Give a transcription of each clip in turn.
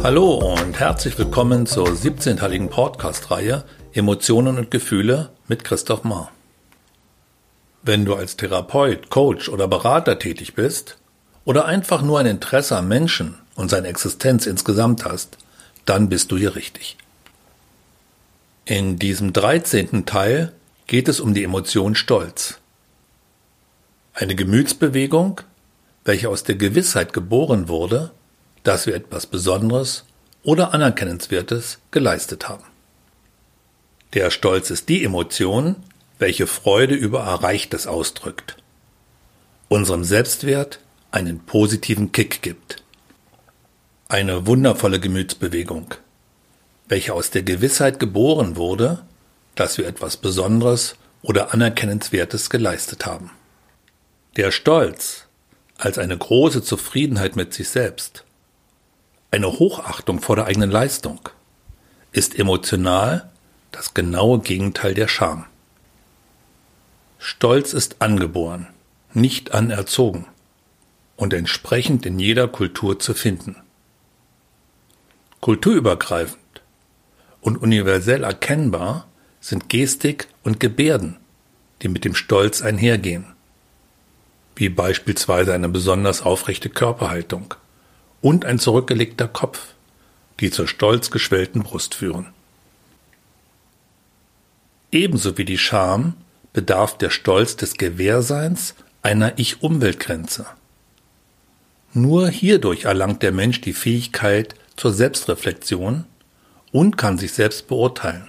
Hallo und herzlich willkommen zur 17-teiligen Podcast-Reihe Emotionen und Gefühle mit Christoph Mahr. Wenn du als Therapeut, Coach oder Berater tätig bist oder einfach nur ein Interesse am Menschen und seine Existenz insgesamt hast, dann bist du hier richtig. In diesem 13. Teil geht es um die Emotion Stolz. Eine Gemütsbewegung, welche aus der Gewissheit geboren wurde, dass wir etwas Besonderes oder Anerkennenswertes geleistet haben. Der Stolz ist die Emotion, welche Freude über Erreichtes ausdrückt, unserem Selbstwert einen positiven Kick gibt. Eine wundervolle Gemütsbewegung, welche aus der Gewissheit geboren wurde, dass wir etwas Besonderes oder Anerkennenswertes geleistet haben. Der Stolz als eine große Zufriedenheit mit sich selbst, eine Hochachtung vor der eigenen Leistung, ist emotional das genaue Gegenteil der Scham. Stolz ist angeboren, nicht anerzogen und entsprechend in jeder Kultur zu finden. Kulturübergreifend und universell erkennbar sind Gestik und Gebärden, die mit dem Stolz einhergehen, wie beispielsweise eine besonders aufrechte Körperhaltung und ein zurückgelegter Kopf, die zur stolz geschwellten Brust führen. Ebenso wie die Scham bedarf der Stolz des Gewahrseins einer Ich-Umwelt-Grenze. Nur hierdurch erlangt der Mensch die Fähigkeit zur Selbstreflexion und kann sich selbst beurteilen.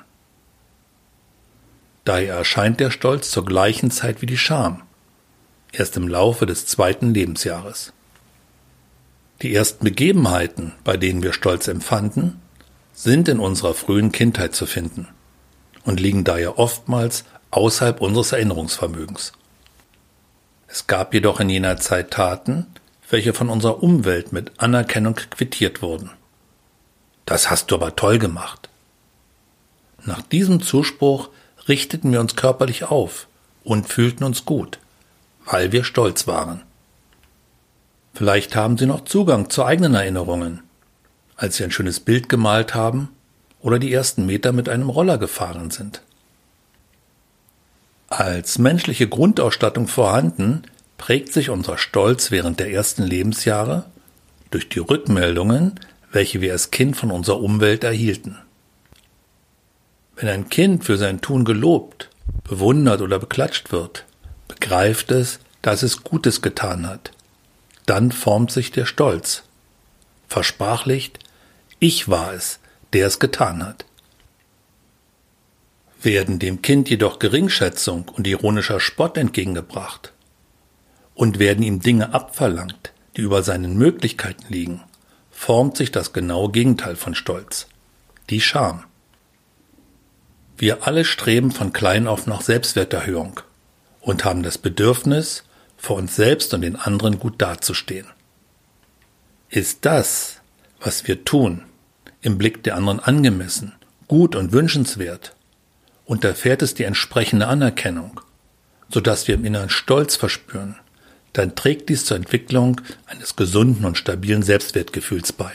Daher erscheint der Stolz zur gleichen Zeit wie die Scham, erst im Laufe des 2. Lebensjahres. Die ersten Begebenheiten, bei denen wir Stolz empfanden, sind in unserer frühen Kindheit zu finden und liegen daher oftmals außerhalb unseres Erinnerungsvermögens. Es gab jedoch in jener Zeit Taten, welche von unserer Umwelt mit Anerkennung quittiert wurden. Das hast du aber toll gemacht. Nach diesem Zuspruch richteten wir uns körperlich auf und fühlten uns gut, weil wir stolz waren. Vielleicht haben Sie noch Zugang zu eigenen Erinnerungen, als Sie ein schönes Bild gemalt haben oder die ersten Meter mit einem Roller gefahren sind. Als menschliche Grundausstattung vorhanden, prägt sich unser Stolz während der ersten Lebensjahre durch die Rückmeldungen, welche wir als Kind von unserer Umwelt erhielten. Wenn ein Kind für sein Tun gelobt, bewundert oder beklatscht wird, begreift es, dass es Gutes getan hat. Dann formt sich der Stolz. Versprachlicht, ich war es, der es getan hat. Werden dem Kind jedoch Geringschätzung und ironischer Spott entgegengebracht und werden ihm Dinge abverlangt, die über seinen Möglichkeiten liegen, formt sich das genaue Gegenteil von Stolz, die Scham. Wir alle streben von klein auf nach Selbstwerterhöhung und haben das Bedürfnis, vor uns selbst und den anderen gut dazustehen. Ist das, was wir tun, im Blick der anderen angemessen, gut und wünschenswert, und erfährt es die entsprechende Anerkennung, sodass wir im Inneren Stolz verspüren, dann trägt dies zur Entwicklung eines gesunden und stabilen Selbstwertgefühls bei.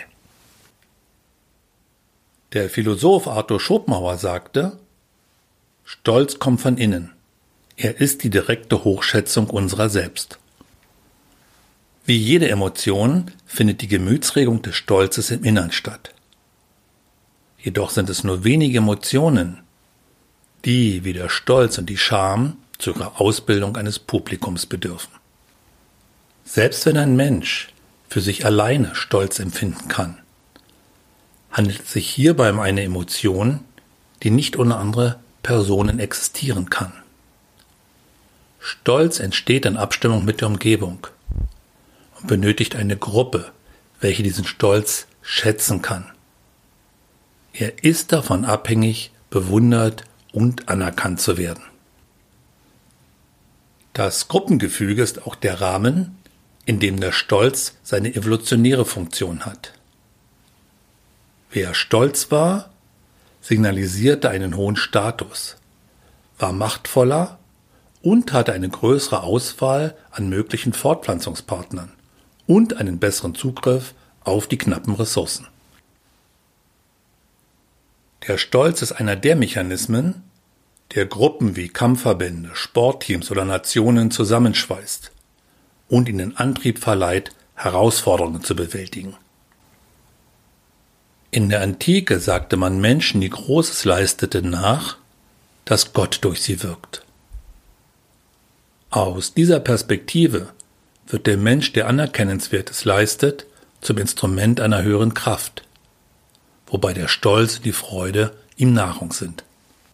Der Philosoph Arthur Schopenhauer sagte, Stolz kommt von innen. Er ist die direkte Hochschätzung unserer selbst. Wie jede Emotion findet die Gemütsregung des Stolzes im Innern statt. Jedoch sind es nur wenige Emotionen, die wie der Stolz und die Scham zu ihrer Ausbildung eines Publikums bedürfen. Selbst wenn ein Mensch für sich alleine Stolz empfinden kann, handelt es sich hierbei um eine Emotion, die nicht ohne andere Personen existieren kann. Stolz entsteht in Abstimmung mit der Umgebung und benötigt eine Gruppe, welche diesen Stolz schätzen kann. Er ist davon abhängig, bewundert und anerkannt zu werden. Das Gruppengefüge ist auch der Rahmen, in dem der Stolz seine evolutionäre Funktion hat. Wer stolz war, signalisierte einen hohen Status, war machtvoller und hatte eine größere Auswahl an möglichen Fortpflanzungspartnern und einen besseren Zugriff auf die knappen Ressourcen. Der Stolz ist einer der Mechanismen, der Gruppen wie Kampfverbände, Sportteams oder Nationen zusammenschweißt und ihnen Antrieb verleiht, Herausforderungen zu bewältigen. In der Antike sagte man Menschen, die Großes leisteten, nach, dass Gott durch sie wirkt. Aus dieser Perspektive wird der Mensch, der Anerkennenswertes leistet, zum Instrument einer höheren Kraft, wobei der Stolz und die Freude ihm Nahrung sind.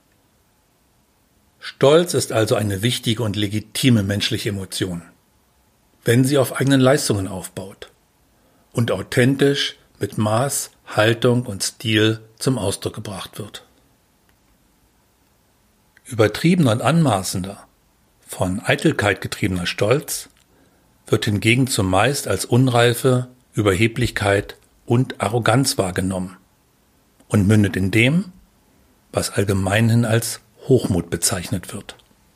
Stolz ist also eine wichtige und legitime menschliche Emotion, wenn sie auf eigenen Leistungen aufbaut und authentisch mit Maß, Haltung und Stil zum Ausdruck gebracht wird. Übertriebener und anmaßender, von Eitelkeit getriebener Stolz wird hingegen zumeist als Unreife, Überheblichkeit und Arroganz wahrgenommen und mündet in dem, was allgemeinhin als Hochmut bezeichnet wird.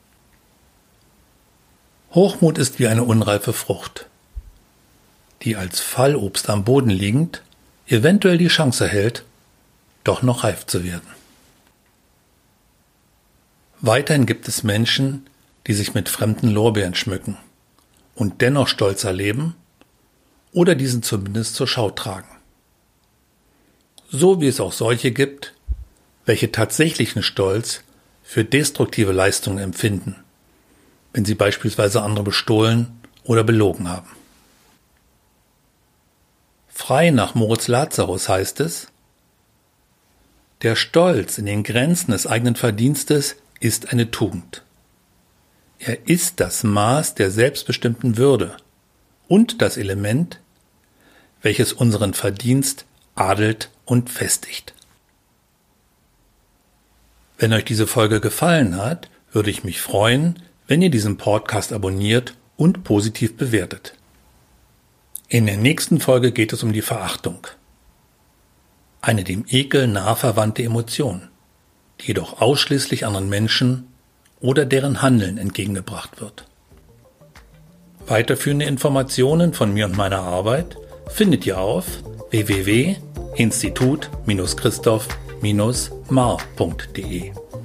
Hochmut ist wie eine unreife Frucht, die als Fallobst am Boden liegend eventuell die Chance erhält, doch noch reif zu werden. Weiterhin gibt es Menschen, die sich mit fremden Lorbeeren schmücken und dennoch stolz erleben oder diesen zumindest zur Schau tragen. So wie es auch solche gibt, welche tatsächlichen Stolz für destruktive Leistungen empfinden, wenn sie beispielsweise andere bestohlen oder belogen haben. Frei nach Moritz Lazarus heißt es: Der Stolz in den Grenzen des eigenen Verdienstes ist eine Tugend. Er ist das Maß der selbstbestimmten Würde und das Element, welches unseren Verdienst adelt und festigt. Wenn euch diese Folge gefallen hat, würde ich mich freuen, wenn ihr diesen Podcast abonniert und positiv bewertet. In der nächsten Folge geht es um die Verachtung. Eine dem Ekel nah verwandte Emotion, die jedoch ausschließlich anderen Menschen oder deren Handeln entgegengebracht wird. Weiterführende Informationen von mir und meiner Arbeit findet ihr auf www.institut-christoph-mar.de.